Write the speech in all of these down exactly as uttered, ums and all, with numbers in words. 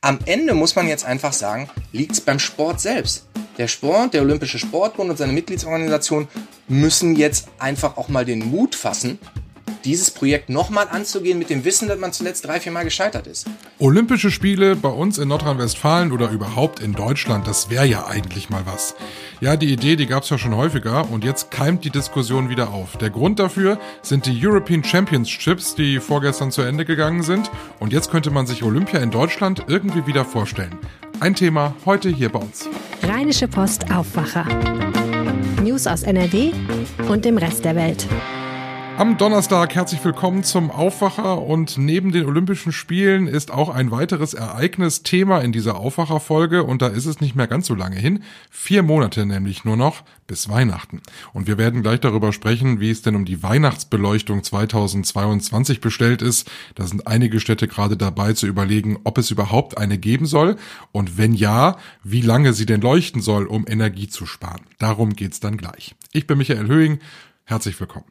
Am Ende muss man jetzt einfach sagen, liegt es beim Sport selbst. Der Sport, der Olympische Sportbund und seine Mitgliedsorganisationen müssen jetzt einfach auch mal den Mut fassen, dieses Projekt nochmal anzugehen mit dem Wissen, dass man zuletzt drei, vier Mal gescheitert ist. Olympische Spiele bei uns in Nordrhein-Westfalen oder überhaupt in Deutschland, das wäre ja eigentlich mal was. Ja, die Idee, die gab es ja schon häufiger und jetzt keimt die Diskussion wieder auf. Der Grund dafür sind die European Championships, die vorgestern zu Ende gegangen sind. Und jetzt könnte man sich Olympia in Deutschland irgendwie wieder vorstellen. Ein Thema heute hier bei uns. Rheinische Post Aufwacher. News aus N R W und dem Rest der Welt. Am Donnerstag herzlich willkommen zum Aufwacher und neben den Olympischen Spielen ist auch ein weiteres Ereignis Thema in dieser Aufwacherfolge und da ist es nicht mehr ganz so lange hin. Vier Monate nämlich nur noch bis Weihnachten. Und wir werden gleich darüber sprechen, wie es denn um die Weihnachtsbeleuchtung zweitausendzweiundzwanzig bestellt ist. Da sind einige Städte gerade dabei zu überlegen, ob es überhaupt eine geben soll und wenn ja, wie lange sie denn leuchten soll, um Energie zu sparen. Darum geht's dann gleich. Ich bin Michael Höhing. Herzlich willkommen.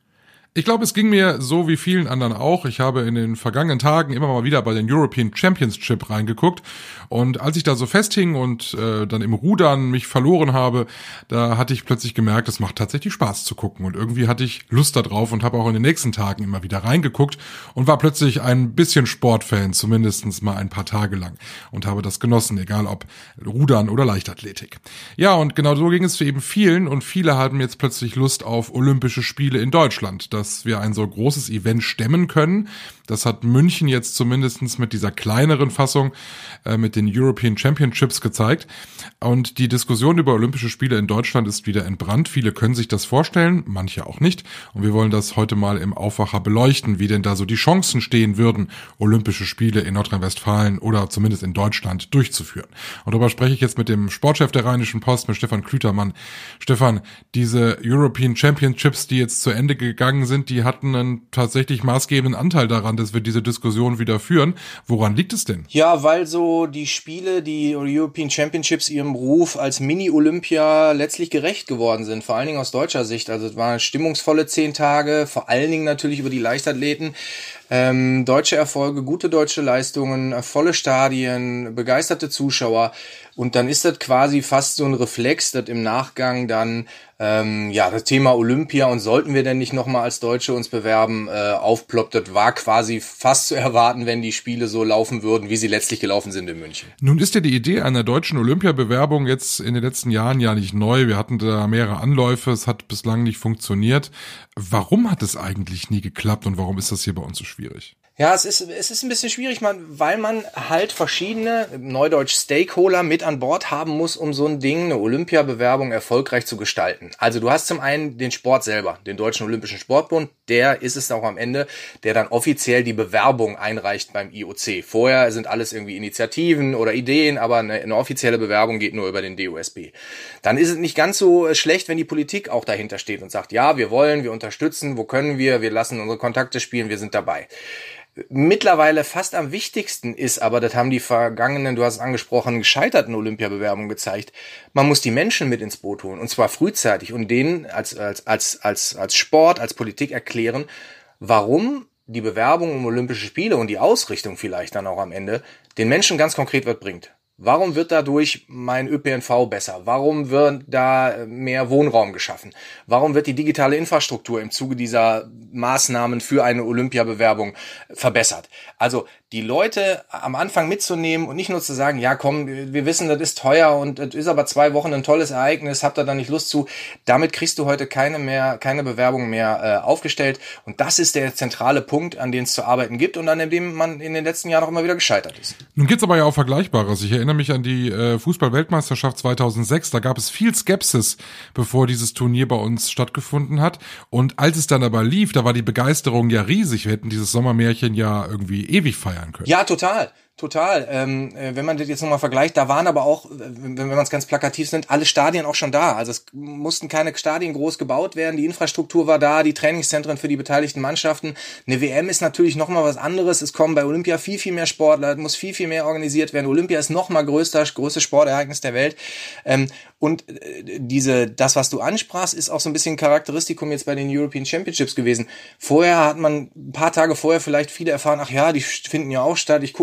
Ich glaube, es ging mir so wie vielen anderen auch. Ich habe in den vergangenen Tagen immer mal wieder bei den European Championship reingeguckt und als ich da so festhing und äh, dann im Rudern mich verloren habe, da hatte ich plötzlich gemerkt, es macht tatsächlich Spaß zu gucken und irgendwie hatte ich Lust da drauf und habe auch in den nächsten Tagen immer wieder reingeguckt und war plötzlich ein bisschen Sportfan, zumindest mal ein paar Tage lang und habe das genossen, egal ob Rudern oder Leichtathletik. Ja, und genau so ging es für eben vielen und viele hatten jetzt plötzlich Lust auf Olympische Spiele in Deutschland. Das dass wir ein so großes Event stemmen können. Das hat München jetzt zumindest mit dieser kleineren Fassung äh, mit den European Championships gezeigt. Und die Diskussion über Olympische Spiele in Deutschland ist wieder entbrannt. Viele können sich das vorstellen, manche auch nicht. Und wir wollen das heute mal im Aufwacher beleuchten, wie denn da so die Chancen stehen würden, Olympische Spiele in Nordrhein-Westfalen oder zumindest in Deutschland durchzuführen. Und darüber spreche ich jetzt mit dem Sportchef der Rheinischen Post, mit Stefan Klütermann. Stefan, diese European Championships, die jetzt zu Ende gegangen sind, die hatten einen tatsächlich maßgebenden Anteil daran, dass wir diese Diskussion wieder führen. Woran liegt es denn? Ja, weil so die Spiele, die European Championships ihrem Ruf als Mini-Olympia letztlich gerecht geworden sind, vor allen Dingen aus deutscher Sicht. Also es waren stimmungsvolle zehn Tage, vor allen Dingen natürlich über die Leichtathleten. Ähm, deutsche Erfolge, gute deutsche Leistungen, volle Stadien, begeisterte Zuschauer und dann ist das quasi fast so ein Reflex, dass im Nachgang dann ähm, ja das Thema Olympia und sollten wir denn nicht nochmal als Deutsche uns bewerben, äh, aufploppt. Das war quasi fast zu erwarten, wenn die Spiele so laufen würden, wie sie letztlich gelaufen sind in München. Nun ist ja die Idee einer deutschen Olympiabewerbung jetzt in den letzten Jahren ja nicht neu. Wir hatten da mehrere Anläufe, es hat bislang nicht funktioniert. Warum hat es eigentlich nie geklappt und warum ist das hier bei uns so schwierig? Ja, es ist, es ist ein bisschen schwierig, man, weil man halt verschiedene, neudeutsch Stakeholder mit an Bord haben muss, um so ein Ding, eine Olympiabewerbung erfolgreich zu gestalten. Also du hast zum einen den Sport selber, den Deutschen Olympischen Sportbund, der ist es auch am Ende, der dann offiziell die Bewerbung einreicht beim I O C. Vorher sind alles irgendwie Initiativen oder Ideen, aber eine, eine offizielle Bewerbung geht nur über den D O S B. Dann ist es nicht ganz so schlecht, wenn die Politik auch dahinter steht und sagt, ja, wir wollen, wir unterstützen, wo können wir, wir lassen unsere Kontakte spielen, wir sind dabei. Mittlerweile fast am wichtigsten ist aber, das haben die vergangenen, du hast es angesprochen, gescheiterten Olympiabewerbungen gezeigt, man muss die Menschen mit ins Boot holen und zwar frühzeitig und denen als, als, als, als, als Sport, als Politik erklären, warum die Bewerbung um Olympische Spiele und die Ausrichtung vielleicht dann auch am Ende den Menschen ganz konkret was bringt. Warum wird dadurch mein Ö P N V besser? Warum wird da mehr Wohnraum geschaffen? Warum wird die digitale Infrastruktur im Zuge dieser Maßnahmen für eine Olympiabewerbung verbessert? Also die Leute am Anfang mitzunehmen und nicht nur zu sagen, ja komm, wir wissen, das ist teuer und es ist aber zwei Wochen ein tolles Ereignis, habt ihr da nicht Lust zu? Damit kriegst du heute keine mehr, keine Bewerbung mehr äh, aufgestellt und das ist der zentrale Punkt, an dem es zu arbeiten gibt und an dem man in den letzten Jahren auch immer wieder gescheitert ist. Nun gibt's aber ja auch Vergleichbares. Ich erinnere mich an die äh, Fußball-Weltmeisterschaft zweitausendsechs, da gab es viel Skepsis, bevor dieses Turnier bei uns stattgefunden hat und als es dann aber lief, da war die Begeisterung ja riesig. Wir hätten dieses Sommermärchen ja irgendwie ewig feiern können. Ja, total. Total. Ähm, wenn man das jetzt nochmal vergleicht, da waren aber auch, wenn, wenn man es ganz plakativ sind, alle Stadien auch schon da. Also es mussten keine Stadien groß gebaut werden, die Infrastruktur war da, die Trainingszentren für die beteiligten Mannschaften. Eine W M ist natürlich nochmal was anderes. Es kommen bei Olympia viel, viel mehr Sportler, es muss viel, viel mehr organisiert werden. Olympia ist nochmal größter, größtes Sportereignis der Welt. Ähm, und diese, das, was du ansprachst, ist auch so ein bisschen Charakteristikum jetzt bei den European Championships gewesen. Vorher hat man ein paar Tage vorher vielleicht viele erfahren, ach ja, die finden ja auch statt, ich gucke nochmal, ich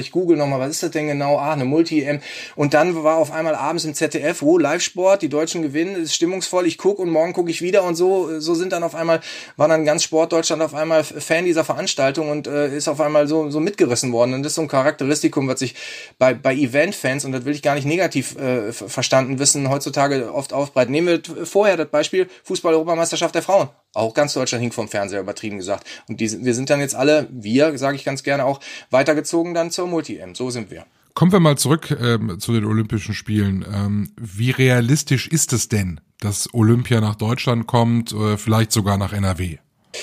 ich google nochmal, was ist das denn genau? Ah, eine Multi-E M. Und dann war auf einmal abends im Z D F, oh, Live-Sport, die Deutschen gewinnen, ist stimmungsvoll, ich gucke und morgen gucke ich wieder und so, so sind dann auf einmal, war dann ganz Sportdeutschland auf einmal Fan dieser Veranstaltung und äh, ist auf einmal so, so mitgerissen worden. Und das ist so ein Charakteristikum, was sich bei, bei Event-Fans, und das will ich gar nicht negativ äh, verstanden wissen, heutzutage oft aufbreiten. Nehmen wir vorher das Beispiel Fußball-Europameisterschaft der Frauen. Auch ganz Deutschland hing vom Fernseher, übertrieben gesagt. Und die, wir sind dann jetzt alle, wir, sage ich ganz gerne auch, weitergezogen dann zur Multi-E M. So sind wir. Kommen wir mal zurück ähm, zu den Olympischen Spielen. Ähm, wie realistisch ist es denn, dass Olympia nach Deutschland kommt, äh, vielleicht sogar nach N R W?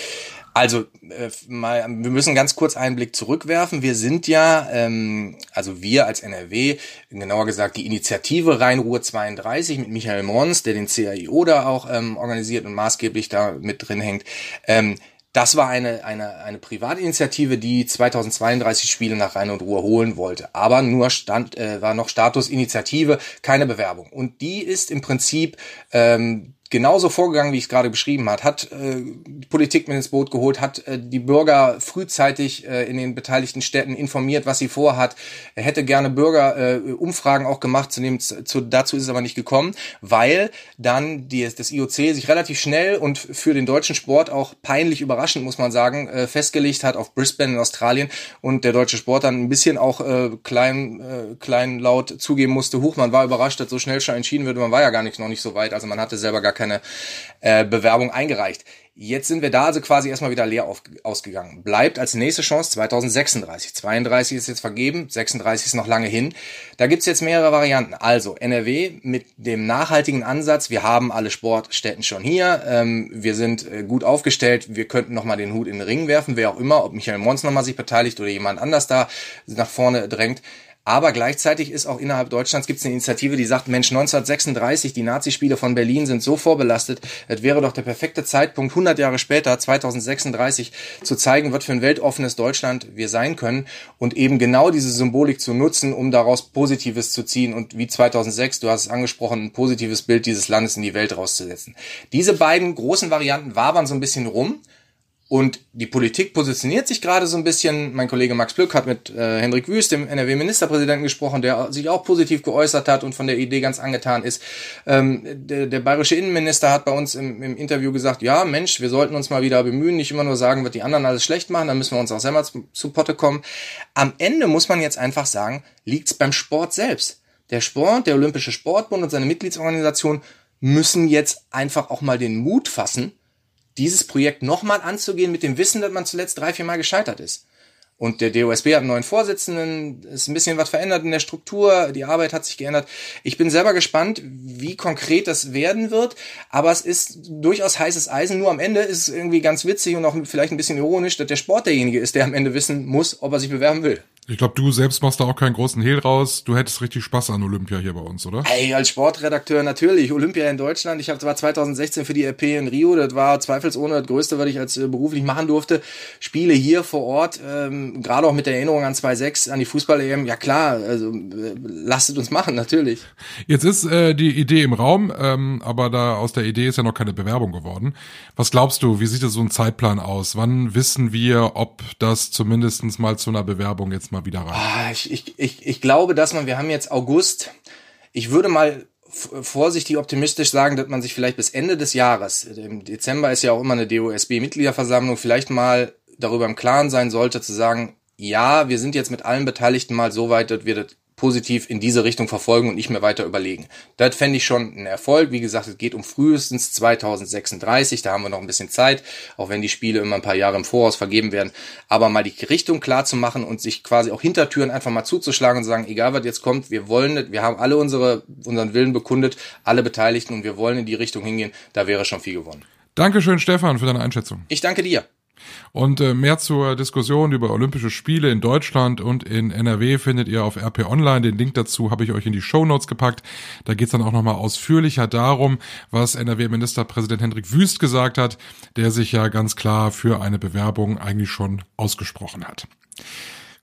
Also äh, mal, wir müssen ganz kurz einen Blick zurückwerfen. Wir sind ja, ähm, also wir als N R W, genauer gesagt die Initiative Rhein-Ruhr zweiunddreißig mit Michael Mons, der den C A I O da auch ähm, organisiert und maßgeblich da mit drin hängt. Ähm, das war eine eine eine Privatinitiative, die zweitausendzweiunddreißig Spiele nach Rhein und Ruhr holen wollte, aber nur stand äh, war noch Status Initiative, keine Bewerbung. Und die ist im Prinzip ähm, genauso vorgegangen, wie ich es gerade beschrieben habe, hat äh, die Politik mit ins Boot geholt, hat äh, die Bürger frühzeitig äh, in den beteiligten Städten informiert, was sie vorhat. Er hätte gerne Bürgerumfragen äh, auch gemacht, zu dem, zu, dazu ist es aber nicht gekommen, weil dann die, das I O C sich relativ schnell und für den deutschen Sport auch peinlich überraschend, muss man sagen, äh, festgelegt hat auf Brisbane in Australien und der deutsche Sport dann ein bisschen auch äh, klein, äh, klein laut zugeben musste, huch, man war überrascht, dass so schnell schon entschieden wird, man war ja gar nicht, noch nicht so weit, also man hatte selber gar keine äh, Bewerbung eingereicht. Jetzt sind wir da also quasi erstmal wieder leer auf, ausgegangen. Bleibt als nächste Chance zweitausendsechsunddreißig. zweiunddreißig ist jetzt vergeben, sechsunddreißig ist noch lange hin. Da gibt's jetzt mehrere Varianten. Also N R W mit dem nachhaltigen Ansatz, wir haben alle Sportstätten schon hier, ähm, wir sind äh, gut aufgestellt, wir könnten nochmal den Hut in den Ring werfen, wer auch immer, ob Michael Mons nochmal sich beteiligt oder jemand anders da nach vorne drängt. Aber gleichzeitig ist auch innerhalb Deutschlands gibt es eine Initiative, die sagt, Mensch, neunzehnhundertsechsunddreißig, die Nazispiele von Berlin sind so vorbelastet, es wäre doch der perfekte Zeitpunkt, hundert Jahre später, zweitausendsechsunddreißig, zu zeigen, was für ein weltoffenes Deutschland wir sein können und eben genau diese Symbolik zu nutzen, um daraus Positives zu ziehen und wie zweitausendsechs, du hast es angesprochen, ein positives Bild dieses Landes in die Welt rauszusetzen. Diese beiden großen Varianten wabern so ein bisschen rum. Und die Politik positioniert sich gerade so ein bisschen. Mein Kollege Max Plück hat mit äh, Hendrik Wüst, dem N R W-Ministerpräsidenten, gesprochen, der sich auch positiv geäußert hat und von der Idee ganz angetan ist. Ähm, der, der bayerische Innenminister hat bei uns im, im Interview gesagt, ja Mensch, wir sollten uns mal wieder bemühen, nicht immer nur sagen, was die anderen alles schlecht machen, dann müssen wir uns auch selber zu, zu Potte kommen. Am Ende muss man jetzt einfach sagen, liegt's beim Sport selbst. Der Sport, der Olympische Sportbund und seine Mitgliedsorganisation müssen jetzt einfach auch mal den Mut fassen, dieses Projekt nochmal anzugehen mit dem Wissen, dass man zuletzt drei, vier Mal gescheitert ist. Und der D O S B hat einen neuen Vorsitzenden, ist ein bisschen was verändert in der Struktur, die Arbeit hat sich geändert. Ich bin selber gespannt, wie konkret das werden wird, aber es ist durchaus heißes Eisen, nur am Ende ist es irgendwie ganz witzig und auch vielleicht ein bisschen ironisch, dass der Sport derjenige ist, der am Ende wissen muss, ob er sich bewerben will. Ich glaube, du selbst machst da auch keinen großen Hehl raus. Du hättest richtig Spaß an Olympia hier bei uns, oder? Ey, als Sportredakteur natürlich. Olympia in Deutschland. Ich habe zwar zweitausendsechzehn für die R P in Rio, das war zweifelsohne das Größte, was ich als äh, beruflich machen durfte. Spiele hier vor Ort, ähm, gerade auch mit der Erinnerung an zweitausendsechs, an die Fußball-E M. Ja klar, also äh, lasst uns machen, natürlich. Jetzt ist äh, die Idee im Raum, ähm, aber da aus der Idee ist ja noch keine Bewerbung geworden. Was glaubst du, wie sieht so ein Zeitplan aus? Wann wissen wir, ob das zumindest mal zu einer Bewerbung jetzt mal wieder rein? Ah, ich, ich, ich, ich glaube, dass man, wir haben jetzt August, ich würde mal f- vorsichtig optimistisch sagen, dass man sich vielleicht bis Ende des Jahres, im Dezember ist ja auch immer eine D O S B-Mitgliederversammlung, vielleicht mal darüber im Klaren sein sollte, zu sagen, ja, wir sind jetzt mit allen Beteiligten mal so weit, dass wir das positiv in diese Richtung verfolgen und nicht mehr weiter überlegen. Das fände ich schon ein Erfolg. Wie gesagt, es geht um frühestens zweitausendsechsunddreißig, da haben wir noch ein bisschen Zeit, auch wenn die Spiele immer ein paar Jahre im Voraus vergeben werden. Aber mal die Richtung klar zu machen und sich quasi auch Hintertüren einfach mal zuzuschlagen und sagen, egal was jetzt kommt, wir wollen das, wir haben alle unsere unseren Willen bekundet, alle Beteiligten und wir wollen in die Richtung hingehen, da wäre schon viel gewonnen. Dankeschön, Stefan, für deine Einschätzung. Ich danke dir. Und äh, mehr zur Diskussion über Olympische Spiele in Deutschland und in N R W findet ihr auf R P Online. Den Link dazu habe ich euch in die Shownotes gepackt. Da geht es dann auch nochmal ausführlicher darum, was N R W-Ministerpräsident Hendrik Wüst gesagt hat, der sich ja ganz klar für eine Bewerbung eigentlich schon ausgesprochen hat.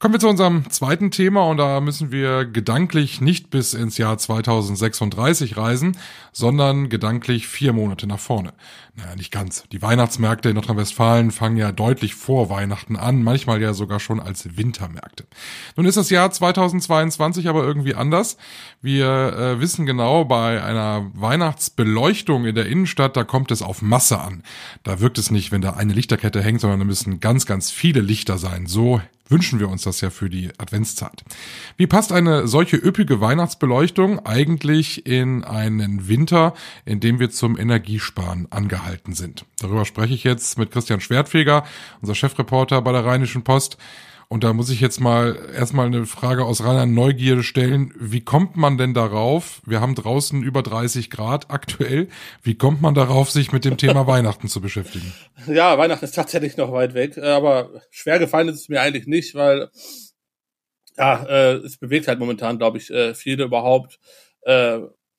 Kommen wir zu unserem zweiten Thema und da müssen wir gedanklich nicht bis ins Jahr zweitausendsechsunddreißig reisen, sondern gedanklich vier Monate nach vorne. Naja, nicht ganz. Die Weihnachtsmärkte in Nordrhein-Westfalen fangen ja deutlich vor Weihnachten an, manchmal ja sogar schon als Wintermärkte. Nun ist das Jahr zweitausendzweiundzwanzig aber irgendwie anders. Wir äh, wissen genau, bei einer Weihnachtsbeleuchtung in der Innenstadt, da kommt es auf Masse an. Da wirkt es nicht, wenn da eine Lichterkette hängt, sondern da müssen ganz, ganz viele Lichter sein. So wünschen wir uns das ja für die Adventszeit. Wie passt eine solche üppige Weihnachtsbeleuchtung eigentlich in einen Winter, in dem wir zum Energiesparen angehalten sind? Darüber spreche ich jetzt mit Christian Schwertfeger, unser Chefreporter bei der Rheinischen Post. Und da muss ich jetzt mal erstmal eine Frage aus reiner Neugierde stellen. Wie kommt man denn darauf? Wir haben draußen über dreißig Grad aktuell. Wie kommt man darauf, sich mit dem Thema Weihnachten zu beschäftigen? Ja, Weihnachten ist tatsächlich noch weit weg, aber schwer gefallen ist es mir eigentlich nicht, weil ja, äh, es bewegt halt momentan, glaube ich, äh, viele überhaupt. Äh,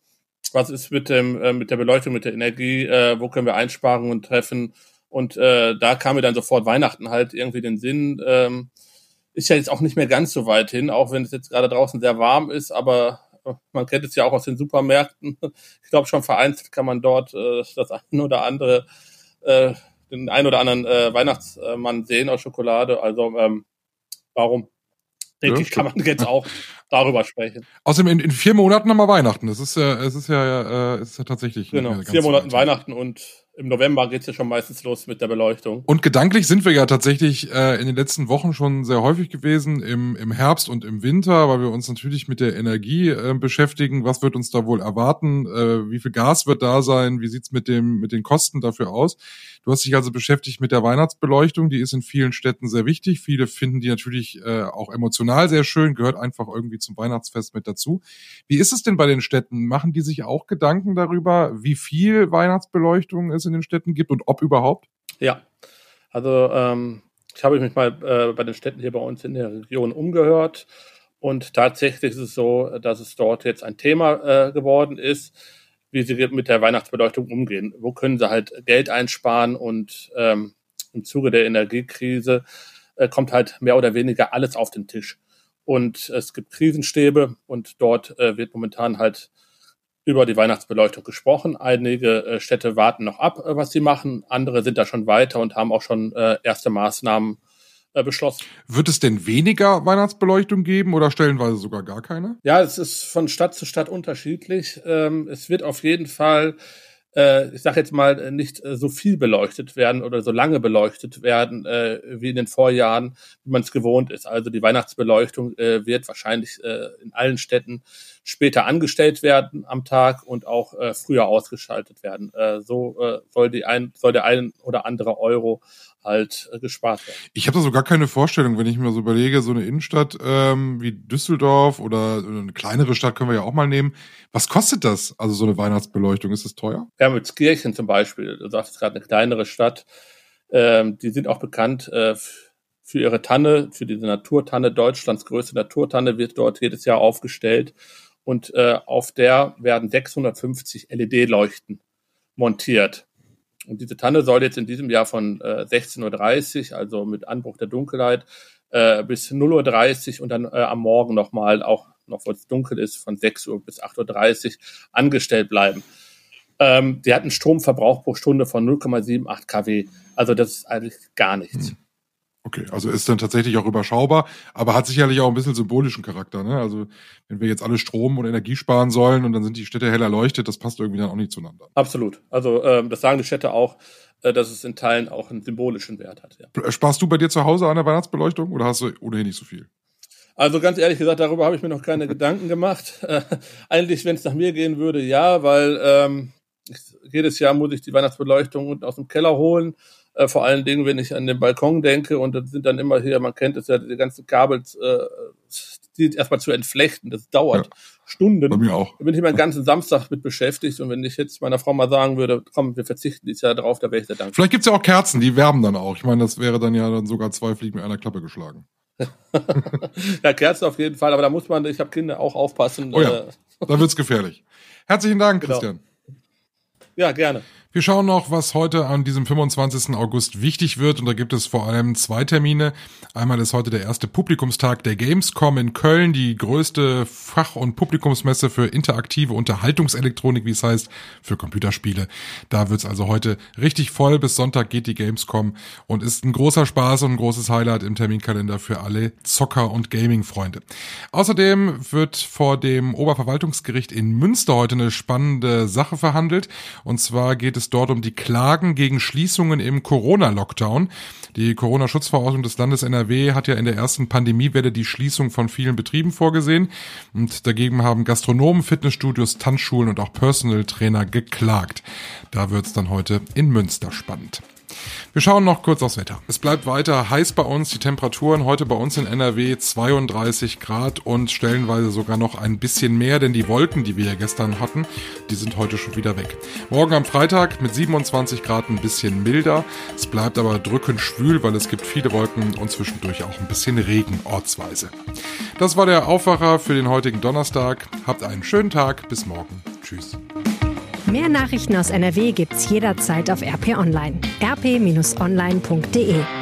was ist mit dem äh, mit der Beleuchtung, mit der Energie? Äh, wo können wir Einsparungen treffen? Und äh, da kam mir dann sofort Weihnachten halt irgendwie den Sinn. Ähm, Ist ja jetzt auch nicht mehr ganz so weit hin, auch wenn es jetzt gerade draußen sehr warm ist, aber man kennt es ja auch aus den Supermärkten. Ich glaube schon vereinzelt kann man dort äh, das eine oder andere, äh, den ein oder anderen äh, Weihnachtsmann sehen aus Schokolade. Also ähm, warum, denke ja, ich, kann man jetzt auch darüber sprechen. Außerdem in, in vier Monaten haben wir Weihnachten. Das ist ja, es ist ja, äh, es ist ja tatsächlich. Genau, vier Monaten Weihnachten und im November geht's ja schon meistens los mit der Beleuchtung. Und gedanklich sind wir ja tatsächlich äh, in den letzten Wochen schon sehr häufig gewesen, im, im Herbst und im Winter, weil wir uns natürlich mit der Energie äh, beschäftigen. Was wird uns da wohl erwarten? Äh, wie viel Gas wird da sein? Wie sieht's mit dem mit den Kosten dafür aus? Du hast dich also beschäftigt mit der Weihnachtsbeleuchtung. Die ist in vielen Städten sehr wichtig. Viele finden die natürlich äh, auch emotional sehr schön, gehört einfach irgendwie zum Weihnachtsfest mit dazu. Wie ist es denn bei den Städten? Machen die sich auch Gedanken darüber, wie viel Weihnachtsbeleuchtung es in den Städten gibt und ob überhaupt? Ja, also ähm, ich habe mich mal äh, bei den Städten hier bei uns in der Region umgehört und tatsächlich ist es so, dass es dort jetzt ein Thema äh, geworden ist, wie sie mit der Weihnachtsbeleuchtung umgehen. Wo können sie halt Geld einsparen und ähm, im Zuge der Energiekrise äh, kommt halt mehr oder weniger alles auf den Tisch. Und es gibt Krisenstäbe und dort äh, wird momentan halt über die Weihnachtsbeleuchtung gesprochen. Einige äh, Städte warten noch ab, äh, was sie machen. Andere sind da schon weiter und haben auch schon äh, erste Maßnahmen äh, beschlossen. Wird es denn weniger Weihnachtsbeleuchtung geben oder stellenweise sogar gar keine? Ja, es ist von Stadt zu Stadt unterschiedlich. Ähm, es wird auf jeden Fall, äh, ich sage jetzt mal, nicht äh, so viel beleuchtet werden oder so lange beleuchtet werden äh, wie in den Vorjahren, wie man es gewohnt ist. Also die Weihnachtsbeleuchtung äh, wird wahrscheinlich äh, in allen Städten später angestellt werden am Tag und auch äh, früher ausgeschaltet werden. Äh, so äh, soll die ein, soll der ein oder andere Euro halt äh, gespart werden. Ich habe da so gar keine Vorstellung, wenn ich mir so überlege, so eine Innenstadt ähm, wie Düsseldorf oder eine kleinere Stadt können wir ja auch mal nehmen. Was kostet das, also so eine Weihnachtsbeleuchtung? Ist das teuer? Wermelskirchen zum Beispiel, du sagst gerade eine kleinere Stadt, ähm, die sind auch bekannt äh, für ihre Tanne, für diese Naturtanne, Deutschlands größte Naturtanne wird dort jedes Jahr aufgestellt. Und äh, auf der werden sechshundertfünfzig L E D-Leuchten montiert. Und diese Tanne soll jetzt in diesem Jahr von äh, sechzehn Uhr dreißig, also mit Anbruch der Dunkelheit, äh, bis null Uhr dreißig und dann äh, am Morgen nochmal, auch noch, wo es dunkel ist, von sechs Uhr bis acht Uhr dreißig angestellt bleiben. Ähm, die hat einen Stromverbrauch pro Stunde von null Komma achtundsiebzig Kilowatt. Also das ist eigentlich gar nichts. Hm. Okay, also ist dann tatsächlich auch überschaubar, aber hat sicherlich auch ein bisschen symbolischen Charakter, ne? Also wenn wir jetzt alle Strom und Energie sparen sollen und dann sind die Städte hell erleuchtet, das passt irgendwie dann auch nicht zueinander. Absolut. Also ähm, das sagen die Städte auch, äh, dass es in Teilen auch einen symbolischen Wert hat. Ja. Sparst du bei dir zu Hause an der Weihnachtsbeleuchtung oder hast du ohnehin nicht so viel? Also ganz ehrlich gesagt, darüber habe ich mir noch keine Gedanken gemacht. Äh, eigentlich, wenn es nach mir gehen würde, ja, weil ähm, ich, jedes Jahr muss ich die Weihnachtsbeleuchtung unten aus dem Keller holen. Äh, vor allen Dingen, wenn ich an den Balkon denke und das sind dann immer hier, man kennt es ja, die ganzen Kabel, äh, die erstmal zu entflechten, das dauert ja, Stunden. Bei mir auch. Da bin ich meinen ganzen Samstag mit beschäftigt und wenn ich jetzt meiner Frau mal sagen würde, komm, wir verzichten dieses Jahr drauf, da wäre ich sehr dankbar. Vielleicht gibt's ja auch Kerzen, die wärmen dann auch. Ich meine, das wäre dann ja dann sogar zwei Fliegen mit einer Klappe geschlagen. Ja, Kerzen auf jeden Fall, aber da muss man, ich habe Kinder, auch aufpassen. Oh ja, äh, da wird's gefährlich. Herzlichen Dank, genau. Christian. Ja, gerne. Wir schauen noch, was heute an diesem fünfundzwanzigsten August wichtig wird, und da gibt es vor allem zwei Termine. Einmal ist heute der erste Publikumstag der Gamescom in Köln, die größte Fach- und Publikumsmesse für interaktive Unterhaltungselektronik, wie es heißt, für Computerspiele. Da wird's also heute richtig voll. Bis Sonntag geht die Gamescom und ist ein großer Spaß und ein großes Highlight im Terminkalender für alle Zocker- und Gaming-Freunde. Außerdem wird vor dem Oberverwaltungsgericht in Münster heute eine spannende Sache verhandelt, und zwar geht es dort um die Klagen gegen Schließungen im Corona-Lockdown. Die Corona-Schutzverordnung des Landes N R W hat ja in der ersten Pandemiewelle die Schließung von vielen Betrieben vorgesehen, und dagegen haben Gastronomen, Fitnessstudios, Tanzschulen und auch Personal Trainer geklagt. Da wird's dann heute in Münster spannend. Wir schauen noch kurz aufs Wetter. Es bleibt weiter heiß bei uns. Die Temperaturen heute bei uns in N R W zweiunddreißig Grad und stellenweise sogar noch ein bisschen mehr, denn die Wolken, die wir ja gestern hatten, die sind heute schon wieder weg. Morgen am Freitag mit siebenundzwanzig Grad ein bisschen milder. Es bleibt aber drückend schwül, weil es gibt viele Wolken und zwischendurch auch ein bisschen Regen ortsweise. Das war der Aufwacher für den heutigen Donnerstag. Habt einen schönen Tag. Bis morgen. Tschüss. Mehr Nachrichten aus N R W gibt's jederzeit auf R P Online. r p Bindestrich online punkt de